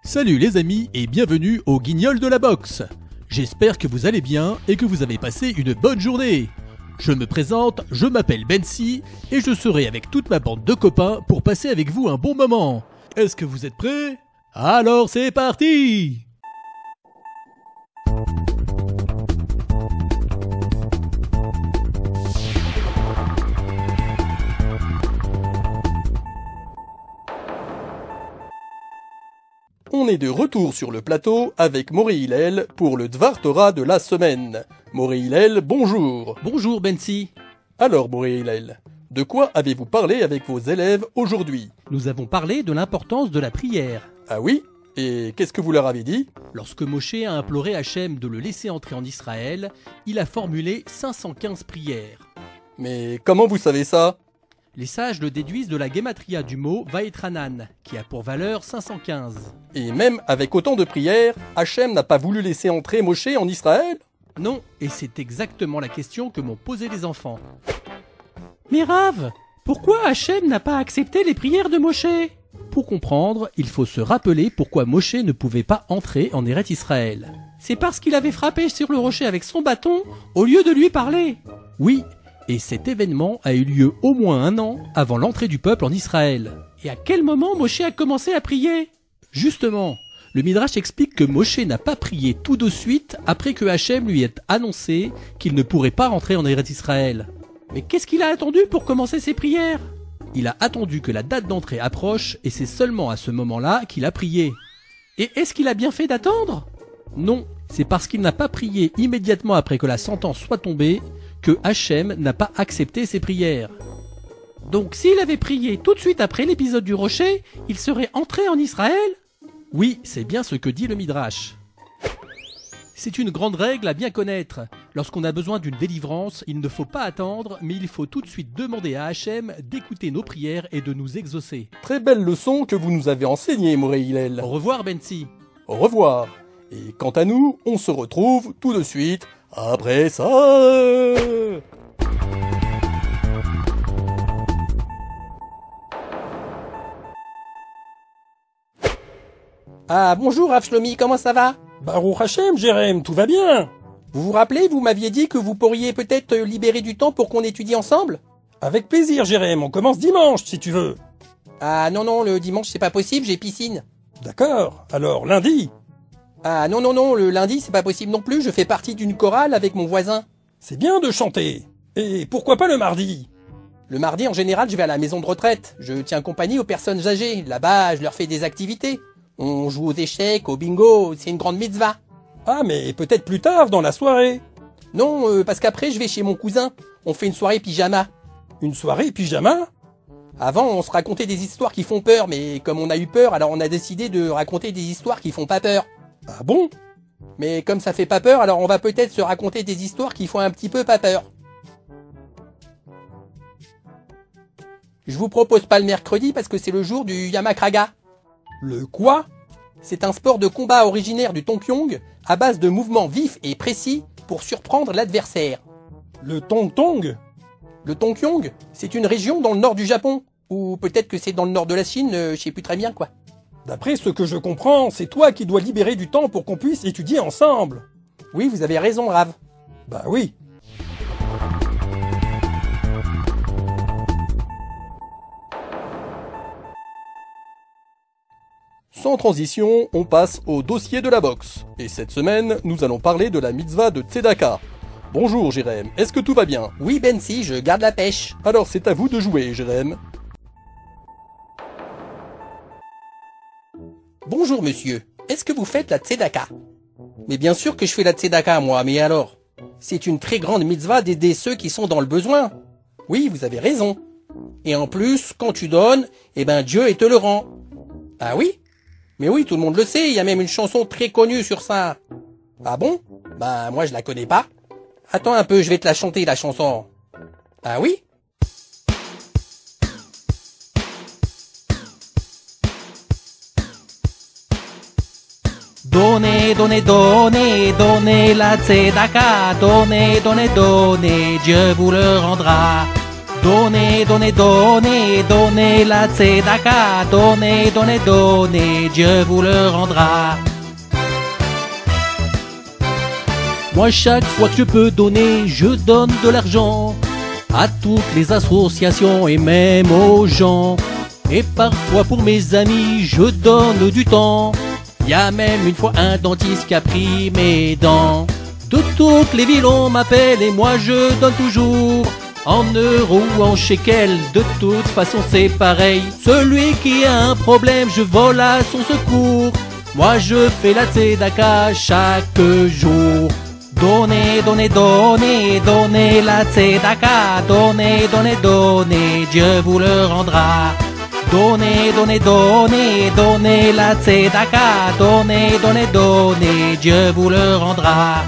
Salut les amis et bienvenue au Guignol de la boxe. J'espère que vous allez bien et que vous avez passé une bonne journée. Je me présente, je m'appelle Bensi et je serai avec toute ma bande de copains pour passer avec vous un bon moment. Est-ce que vous êtes prêts? Alors c'est parti! On est de retour sur le plateau avec Mori Hillel pour le Dvar Torah de la semaine. Mori Hillel, bonjour. Bonjour Bensi. Alors Mori Hillel, de quoi avez-vous parlé avec vos élèves aujourd'hui? Nous avons parlé de l'importance de la prière. Ah oui? Et qu'est-ce que vous leur avez dit? Lorsque Moshe a imploré Hachem de le laisser entrer en Israël, il a formulé 515 prières. Mais comment vous savez ça? Les sages le déduisent de la guématria du mot Vaetranan, qui a pour valeur 515. Et même avec autant de prières, Hachem n'a pas voulu laisser entrer Moshe en Israël? Non, et c'est exactement la question que m'ont posé les enfants. Mais Rav, pourquoi Hachem n'a pas accepté les prières de Moshe? Pour comprendre, il faut se rappeler pourquoi Moshe ne pouvait pas entrer en Eretz Israël. C'est parce qu'il avait frappé sur le rocher avec son bâton au lieu de lui parler. Oui, et cet événement a eu lieu au moins 1 an avant l'entrée du peuple en Israël. Et à quel moment Moshe a commencé à prier? Justement, le Midrash explique que Moshe n'a pas prié tout de suite après que Hachem lui ait annoncé qu'il ne pourrait pas rentrer en Eretz Israël. Mais qu'est-ce qu'il a attendu pour commencer ses prières? Il a attendu que la date d'entrée approche et c'est seulement à ce moment-là qu'il a prié. Et est-ce qu'il a bien fait d'attendre? Non, c'est parce qu'il n'a pas prié immédiatement après que la sentence soit tombée que Hachem n'a pas accepté ses prières. Donc s'il avait prié tout de suite après l'épisode du rocher, il serait entré en Israël? Oui, c'est bien ce que dit le Midrash. C'est une grande règle à bien connaître. Lorsqu'on a besoin d'une délivrance, il ne faut pas attendre, mais il faut tout de suite demander à Hachem d'écouter nos prières et de nous exaucer. Très belle leçon que vous nous avez enseignée, Mori Hillel. Au revoir Bensi. Au revoir. Et quant à nous, on se retrouve tout de suite après ça. Ah bonjour Rav Shlomi, comment ça va? Baruch Hashem, Jérém, tout va bien. Vous vous rappelez, vous m'aviez dit que vous pourriez peut-être libérer du temps pour qu'on étudie ensemble? Avec plaisir, Jérém, on commence dimanche si tu veux. Ah non, le dimanche c'est pas possible, j'ai piscine. D'accord, alors lundi. Ah non, le lundi c'est pas possible non plus, je fais partie d'une chorale avec mon voisin. C'est bien de chanter. Et pourquoi pas le mardi? Le mardi en général je vais à la maison de retraite, je tiens compagnie aux personnes âgées, là-bas je leur fais des activités. On joue aux échecs, au bingo, c'est une grande mitzvah. Ah mais peut-être plus tard dans la soirée. Non, parce qu'après je vais chez mon cousin, on fait une soirée pyjama. Une soirée pyjama? Avant on se racontait des histoires qui font peur, mais comme on a eu peur, alors on a décidé de raconter des histoires qui font pas peur. Ah bon? Mais comme ça fait pas peur, alors on va peut-être se raconter des histoires qui font un petit peu pas peur. Je vous propose pas le mercredi parce que c'est le jour du Yamakraga. Le quoi? C'est un sport de combat originaire du Tonkyong, à base de mouvements vifs et précis pour surprendre l'adversaire. Le tong-tong? Le Tonkyong, c'est une région dans le nord du Japon. Ou peut-être que c'est dans le nord de la Chine, je sais plus très bien quoi. D'après ce que je comprends, c'est toi qui dois libérer du temps pour qu'on puisse étudier ensemble. Oui, vous avez raison, Rav. Bah oui. Sans transition, on passe au dossier de la boxe. Et cette semaine, nous allons parler de la mitzvah de Tzedaka. Bonjour Jérém, est-ce que tout va bien? Oui, Bensi, je garde la pêche. Alors c'est à vous de jouer, Jérém. Bonjour monsieur, est-ce que vous faites la tzedaka? Mais bien sûr que je fais la tzedaka moi, mais alors? C'est une très grande mitzvah d'aider ceux qui sont dans le besoin. Oui, vous avez raison. Et en plus, quand tu donnes, eh ben Dieu te le rend. Ah oui? Mais oui, tout le monde le sait, il y a même une chanson très connue sur ça. Ah bon? Bah moi je la connais pas. Attends un peu, je vais te la chanter la chanson. Ah oui? Donnez, donnez, donnez, donnez la tzedaka. Donnez, donnez, donnez, Dieu vous le rendra. Donnez, donnez, donnez, donnez la tzedaka. Donnez, donnez, donnez, Dieu vous le rendra. Moi, chaque fois que je peux donner, je donne de l'argent à toutes les associations et même aux gens. Et parfois pour mes amis, je donne du temps. Y a même une fois un dentiste qui a pris mes dents. De toutes les villes on m'appelle et moi je donne toujours. En euros ou en shekels, de toute façon c'est pareil. Celui qui a un problème, je vole à son secours. Moi je fais la tzedaka chaque jour. Donnez, donnez, donnez, donnez la tzedaka. Donnez, donnez, donnez, Dieu vous le rendra. Donnez, donnez, donnez, donnez la tzedaka. Donnez, donnez, donnez, Dieu vous le rendra.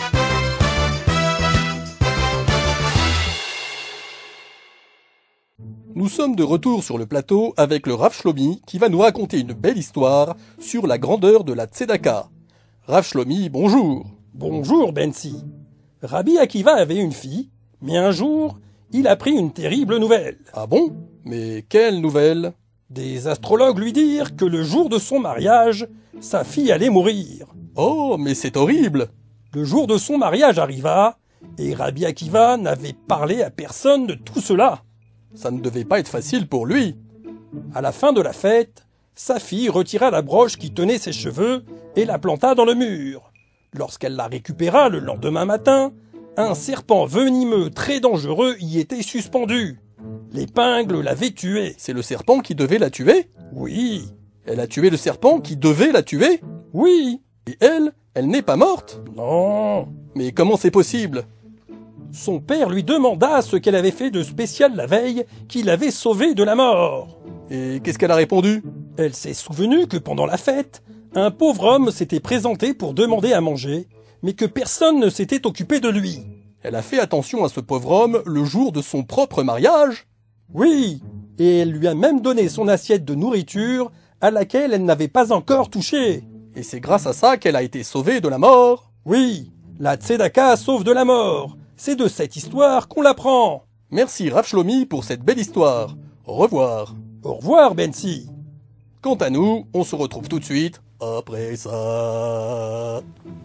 Nous sommes de retour sur le plateau avec le Rav Shlomi qui va nous raconter une belle histoire sur la grandeur de la tzedaka. Rav Shlomi, bonjour. Bonjour, Bensi. Rabbi Akiva avait une fille, mais un jour, il apprit une terrible nouvelle. Ah bon? Mais quelle nouvelle? Des astrologues lui dirent que le jour de son mariage, sa fille allait mourir. Oh, mais c'est horrible! Le jour de son mariage arriva, et Rabbi Akiva n'avait parlé à personne de tout cela. Ça ne devait pas être facile pour lui. À la fin de la fête, sa fille retira la broche qui tenait ses cheveux et la planta dans le mur. Lorsqu'elle la récupéra le lendemain matin, un serpent venimeux très dangereux y était suspendu. L'épingle l'avait tué. C'est le serpent qui devait la tuer? Oui. Elle a tué le serpent qui devait la tuer? Oui. Et elle n'est pas morte? Non. Mais comment c'est possible? Son père lui demanda ce qu'elle avait fait de spécial la veille qui l'avait sauvée de la mort. Et qu'est-ce qu'elle a répondu? Elle s'est souvenue que pendant la fête, un pauvre homme s'était présenté pour demander à manger, mais que personne ne s'était occupé de lui. Elle a fait attention à ce pauvre homme le jour de son propre mariage? Oui, et elle lui a même donné son assiette de nourriture à laquelle elle n'avait pas encore touché. Et c'est grâce à ça qu'elle a été sauvée de la mort? Oui, la tzedaka sauve de la mort. C'est de cette histoire qu'on l'apprend. Merci Rav Shlomi pour cette belle histoire. Au revoir. Au revoir, Bensi. Quant à nous, on se retrouve tout de suite après ça.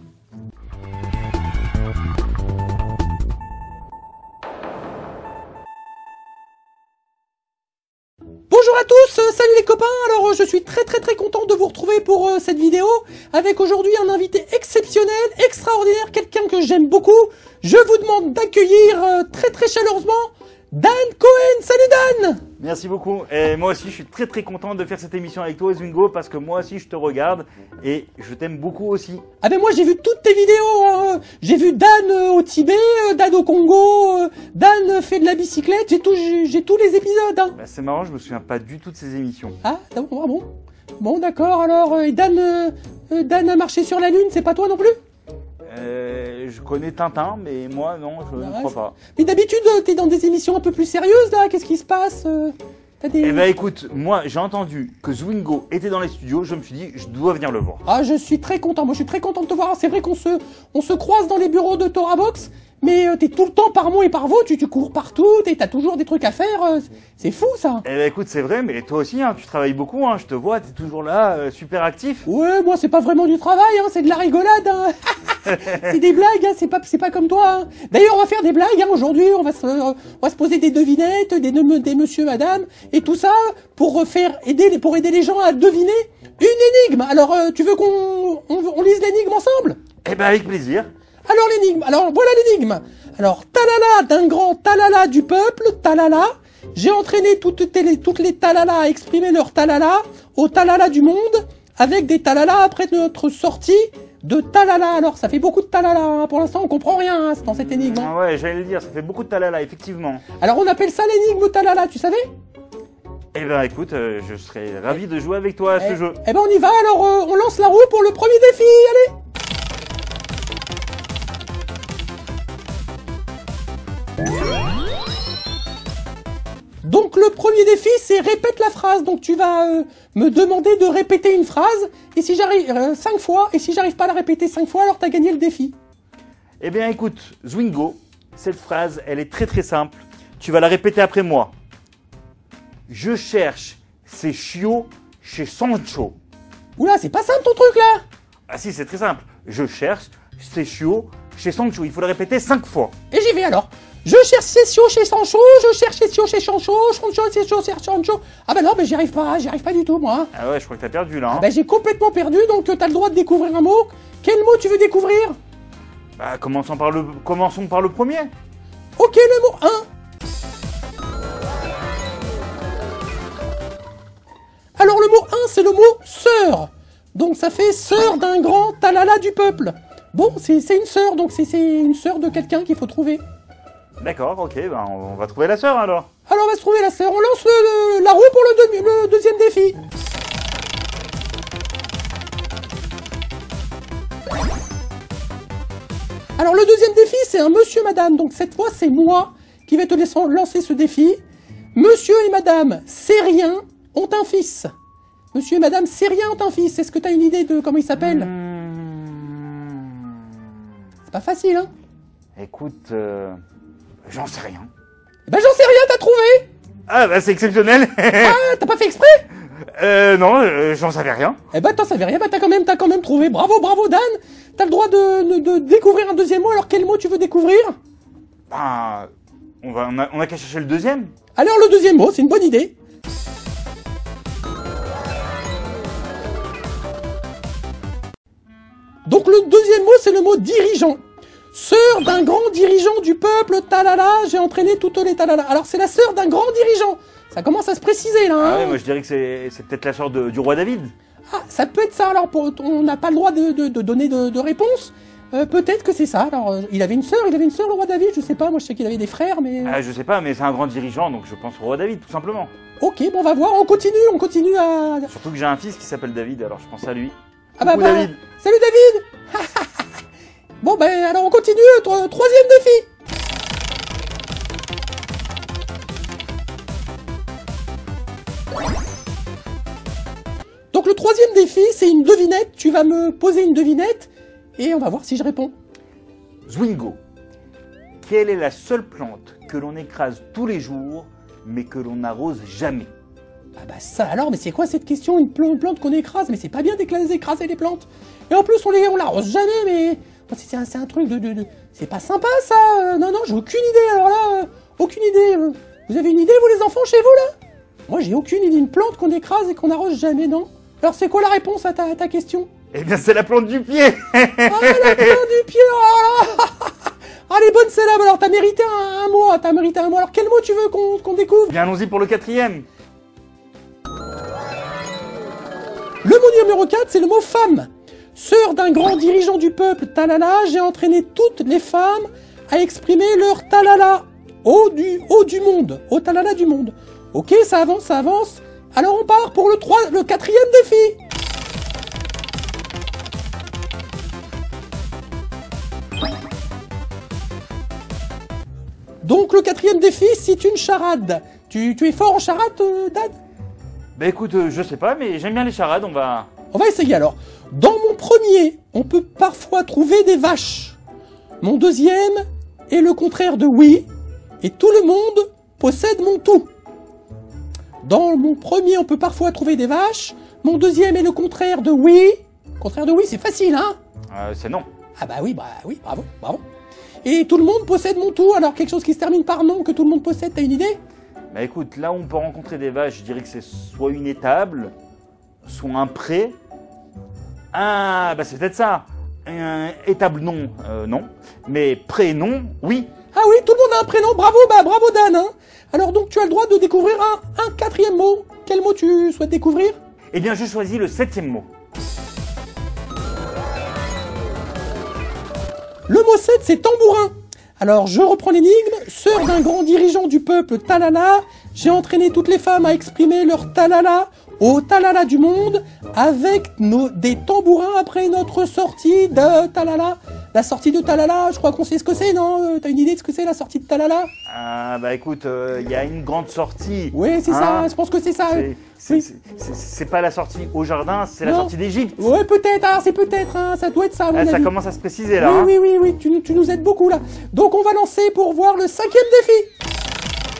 Bonjour à tous, salut les copains. Alors je suis très content de vous retrouver pour cette vidéo avec aujourd'hui un invité exceptionnel, extraordinaire, quelqu'un que j'aime beaucoup. Je vous demande d'accueillir très chaleureusement Dan Cohen. Salut Dan. Merci beaucoup. Et moi aussi, je suis très content de faire cette émission avec toi, Zwingo, parce que moi aussi, je te regarde et je t'aime beaucoup aussi. Ah ben moi, j'ai vu toutes tes vidéos. Hein. J'ai vu Dan au Tibet, Dan au Congo, Dan fait de la bicyclette. J'ai tous les épisodes. Hein. Bah, c'est marrant, je me souviens pas du tout de ces émissions. Ah bon. Bon, d'accord. Alors, et Dan a marché sur la Lune. C'est pas toi non plus? Je connais Tintin, mais moi, non, je ne crois pas. Mais d'habitude, t'es dans des émissions un peu plus sérieuses, là. Qu'est-ce qui se passe? Eh ben écoute, moi, j'ai entendu que Zwingo était dans les studios. Je me suis dit, je dois venir le voir. Ah, je suis très content. Moi, je suis très content de te voir. C'est vrai qu'on se croise dans les bureaux de Torah Box, mais t'es tout le temps par Mont et par Vaux. Tu cours partout. T'as toujours des trucs à faire. C'est fou, ça. Eh ben écoute, c'est vrai, mais toi aussi, hein, tu travailles beaucoup. Hein, je te vois, t'es toujours là, super actif. Ouais, moi, c'est pas vraiment du travail. Hein, c'est de la rigolade. Hein. C'est des blagues, hein, c'est pas comme toi. Hein. D'ailleurs, on va faire des blagues. Hein, aujourd'hui, on va se poser des devinettes, des monsieur, madame, et tout ça pour aider les gens à deviner une énigme. Alors, tu veux qu'on lise l'énigme ensemble? Eh ben avec plaisir. Alors l'énigme. Alors voilà l'énigme. Alors talala d'un grand talala du peuple, talala. J'ai entraîné toutes les talalas à exprimer leur talala au talala du monde avec des talalas après notre sortie de talala. Alors ça fait beaucoup de talala. Hein. Pour l'instant on comprend rien hein, dans cette énigme. Hein. Ah ouais, j'allais le dire, ça fait beaucoup de talala, effectivement. Alors on appelle ça l'énigme talala, tu savais? Eh ben écoute, je serais ravi de jouer avec toi à ce jeu. Eh ben on y va. Alors on lance la roue pour le premier défi. Allez. Donc le premier défi c'est répète la phrase. Donc tu vas me demander de répéter une phrase et si j'arrive 5 fois et si j'arrive pas à la répéter 5 fois alors t'as gagné le défi. Eh bien écoute, Zwingo, cette phrase elle est très simple. tu vas la répéter après moi. Je cherche ces chiots chez Sancho. Oula, c'est pas simple ton truc là. Ah si, c'est très simple. Je cherche ces chiots chez Sancho. Il faut le répéter 5 fois. Et j'y vais alors. Je cherche ces chiots chez Sancho, je cherche ces chiots chez Sancho, ces chiots chez Sancho. Ah bah non, mais j'y arrive pas du tout moi. Ah ouais, je crois que t'as perdu là. Hein. Ah bah j'ai complètement perdu, donc t'as le droit de découvrir un mot. Quel mot tu veux découvrir? Bah, commençons par le premier. Ok, le mot 1. Alors le mot 1, c'est le mot sœur. Donc ça fait sœur d'un grand talala du peuple. Bon, c'est une sœur, donc c'est une sœur de quelqu'un qu'il faut trouver. D'accord, ok, ben on va trouver la sœur alors. Alors on va se trouver la sœur. On lance la roue pour le deuxième défi. Alors le deuxième défi, c'est un monsieur madame. Donc cette fois, c'est moi qui vais te lancer ce défi. Monsieur et madame Sérien ont un fils. Monsieur et madame Sérien ont un fils. Est-ce que tu as une idée de comment il s'appelle? C'est pas facile, hein? Écoute, j'en sais rien. Ben j'en sais rien, t'as trouvé? Ah bah c'est exceptionnel. Ah, t'as pas fait exprès? Non, j'en savais rien. Eh ben t'en savais rien, bah t'as quand même trouvé. Bravo Dan. T'as le droit de découvrir un deuxième mot. Alors quel mot tu veux découvrir? Ben, on a qu'à chercher le deuxième. Alors le deuxième mot, c'est une bonne idée. Donc le deuxième mot, c'est le mot dirigeant. Sœur d'un grand dirigeant du peuple, talala, j'ai entraîné toutes les talala. Alors c'est la sœur d'un grand dirigeant. Ça commence à se préciser là. Hein. Ah ouais, moi je dirais que c'est peut-être la sœur du roi David. Ah, ça peut être ça. Alors on n'a pas le droit de donner de réponse. Peut-être que c'est ça. Alors il avait une sœur, le roi David. Je sais pas. Moi je sais qu'il avait des frères, mais. Ah, je sais pas, mais c'est un grand dirigeant, donc je pense au roi David, tout simplement. Ok, bon on va voir. On continue à. Surtout que j'ai un fils qui s'appelle David, alors je pense à lui. Ah bah, Coucou, David. Salut David. Bon ben alors on continue, troisième défi. Donc le troisième défi, c'est une devinette. Tu vas me poser une devinette et on va voir si je réponds. Zwingo, quelle est la seule plante que l'on écrase tous les jours, mais que l'on n'arrose jamais? Ah bah ça alors, mais c'est quoi cette question? Une plante qu'on écrase? Mais c'est pas bien d'écraser les plantes. Et en plus on l'arrose jamais, mais... C'est un truc de... C'est pas sympa ça. Non, j'ai aucune idée. Alors là, aucune idée. Vous avez une idée vous les enfants chez vous là? Moi j'ai aucune idée. Une plante qu'on écrase et qu'on n'arrose jamais, non? Alors c'est quoi la réponse à ta question? Eh bien c'est la plante du pied. Ah la plante du pied. Oh là. Ah les bonnes syllabes. Alors t'as mérité un mot. Alors quel mot tu veux qu'on découvre? Bien allons-y pour le quatrième. Le mot numéro 4 c'est le mot femme. Sœur d'un grand dirigeant du peuple, talala, j'ai entraîné toutes les femmes à exprimer leur talala au du monde, au talala du monde. Ok, ça avance. Alors on part pour le quatrième défi. Donc le quatrième défi, c'est une charade. Tu es fort en charade, Dad? Bah écoute, je sais pas, mais j'aime bien les charades, on va essayer alors. Dans mon premier, on peut parfois trouver des vaches. Mon deuxième est le contraire de oui, et tout le monde possède mon tout. Dans mon premier, on peut parfois trouver des vaches. Mon deuxième est le contraire de oui. Contraire de oui, c'est facile, hein? C'est non. Ah bah oui, bravo. Et tout le monde possède mon tout. Alors quelque chose qui se termine par non, que tout le monde possède, t'as une idée? Bah écoute, là où on peut rencontrer des vaches, je dirais que c'est soit une étable, soit un pré. Ah, bah c'est peut-être ça. Étable non, non. Mais prénom, oui. Ah oui, tout le monde a un prénom. Bravo Dan. Hein. Alors donc tu as le droit de découvrir un quatrième mot. Quel mot tu souhaites découvrir? Eh bien, je choisis le 7e mot. Le mot 7, c'est tambourin. Alors je reprends l'énigme. Sœur d'un grand dirigeant du peuple, talala, j'ai entraîné toutes les femmes à exprimer leur talala au talala du monde avec des tambourins après notre sortie de talala. La sortie de talala, je crois qu'on sait ce que c'est, non? T'as une idée de ce que c'est la sortie de talala? Ah bah écoute, il y a une grande sortie. Oui, c'est ça, je pense que c'est ça. C'est pas la sortie au jardin, c'est la sortie d'Égypte. Ouais, peut-être, alors c'est peut-être, hein, ça doit être ça. Ça commence à se préciser là. Oui, tu nous aides beaucoup là. Donc on va lancer pour voir le 5e défi.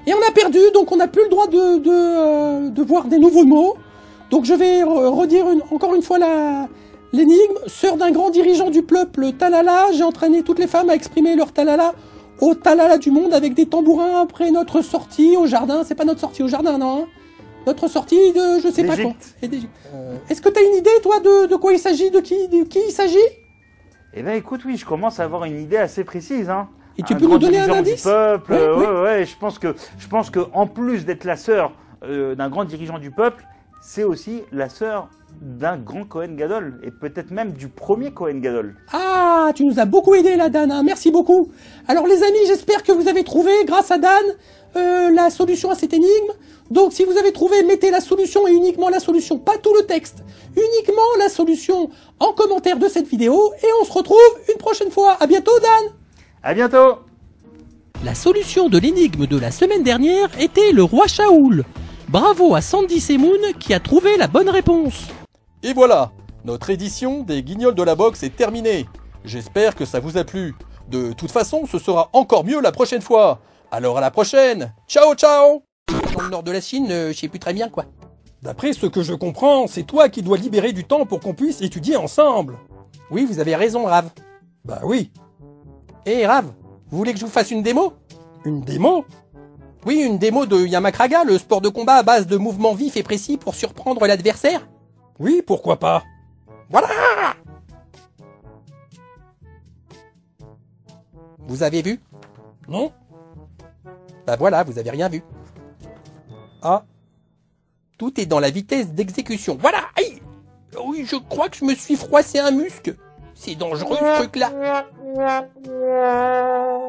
Et on a perdu, donc on n'a plus le droit de voir des nouveaux mots. Donc je vais redire encore une fois l'énigme. Sœur d'un grand dirigeant du peuple, Talala, j'ai entraîné toutes les femmes à exprimer leur Talala au Talala du monde avec des tambourins après notre sortie au jardin. C'est pas notre sortie au jardin, non, hein. Notre sortie de je sais pas quand. Est-ce que t'as une idée, toi, de quoi il s'agit, de qui il s'agit? Eh ben écoute, oui, je commence à avoir une idée assez précise, hein. Et tu peux nous donner un indice? Du peuple, Oui. ouais, je pense que en plus d'être la sœur d'un grand dirigeant du peuple, c'est aussi la sœur d'un grand Kohen Gadol, et peut-être même du premier Kohen Gadol. Ah, tu nous as beaucoup aidé là, Dan, hein. Merci beaucoup. Alors les amis, j'espère que vous avez trouvé, grâce à Dan, la solution à cette énigme. Donc si vous avez trouvé, mettez la solution et uniquement la solution, pas tout le texte, uniquement la solution en commentaire de cette vidéo, et on se retrouve une prochaine fois. À bientôt, Dan. À bientôt. La solution de l'énigme de la semaine dernière était le roi Shaoul. Bravo à Sandy Semoun qui a trouvé la bonne réponse. Et voilà, notre édition des Guignols de la boxe est terminée. J'espère que ça vous a plu. De toute façon, ce sera encore mieux la prochaine fois. Alors à la prochaine. Ciao, ciao. Dans le nord de la Chine, je sais plus très bien quoi. D'après ce que je comprends, c'est toi qui dois libérer du temps pour qu'on puisse étudier ensemble. Oui, vous avez raison, Rav. Bah oui. Hé, Rav, vous voulez que je vous fasse une démo? Une démo? Oui, une démo de Yamakraga, le sport de combat à base de mouvements vifs et précis pour surprendre l'adversaire. Oui, pourquoi pas. Voilà! Vous avez vu? Non? Bah voilà, vous avez rien vu. Ah. Tout est dans la vitesse d'exécution. Voilà! Aïe! Oui, je crois que je me suis froissé un muscle. C'est dangereux ce truc-là.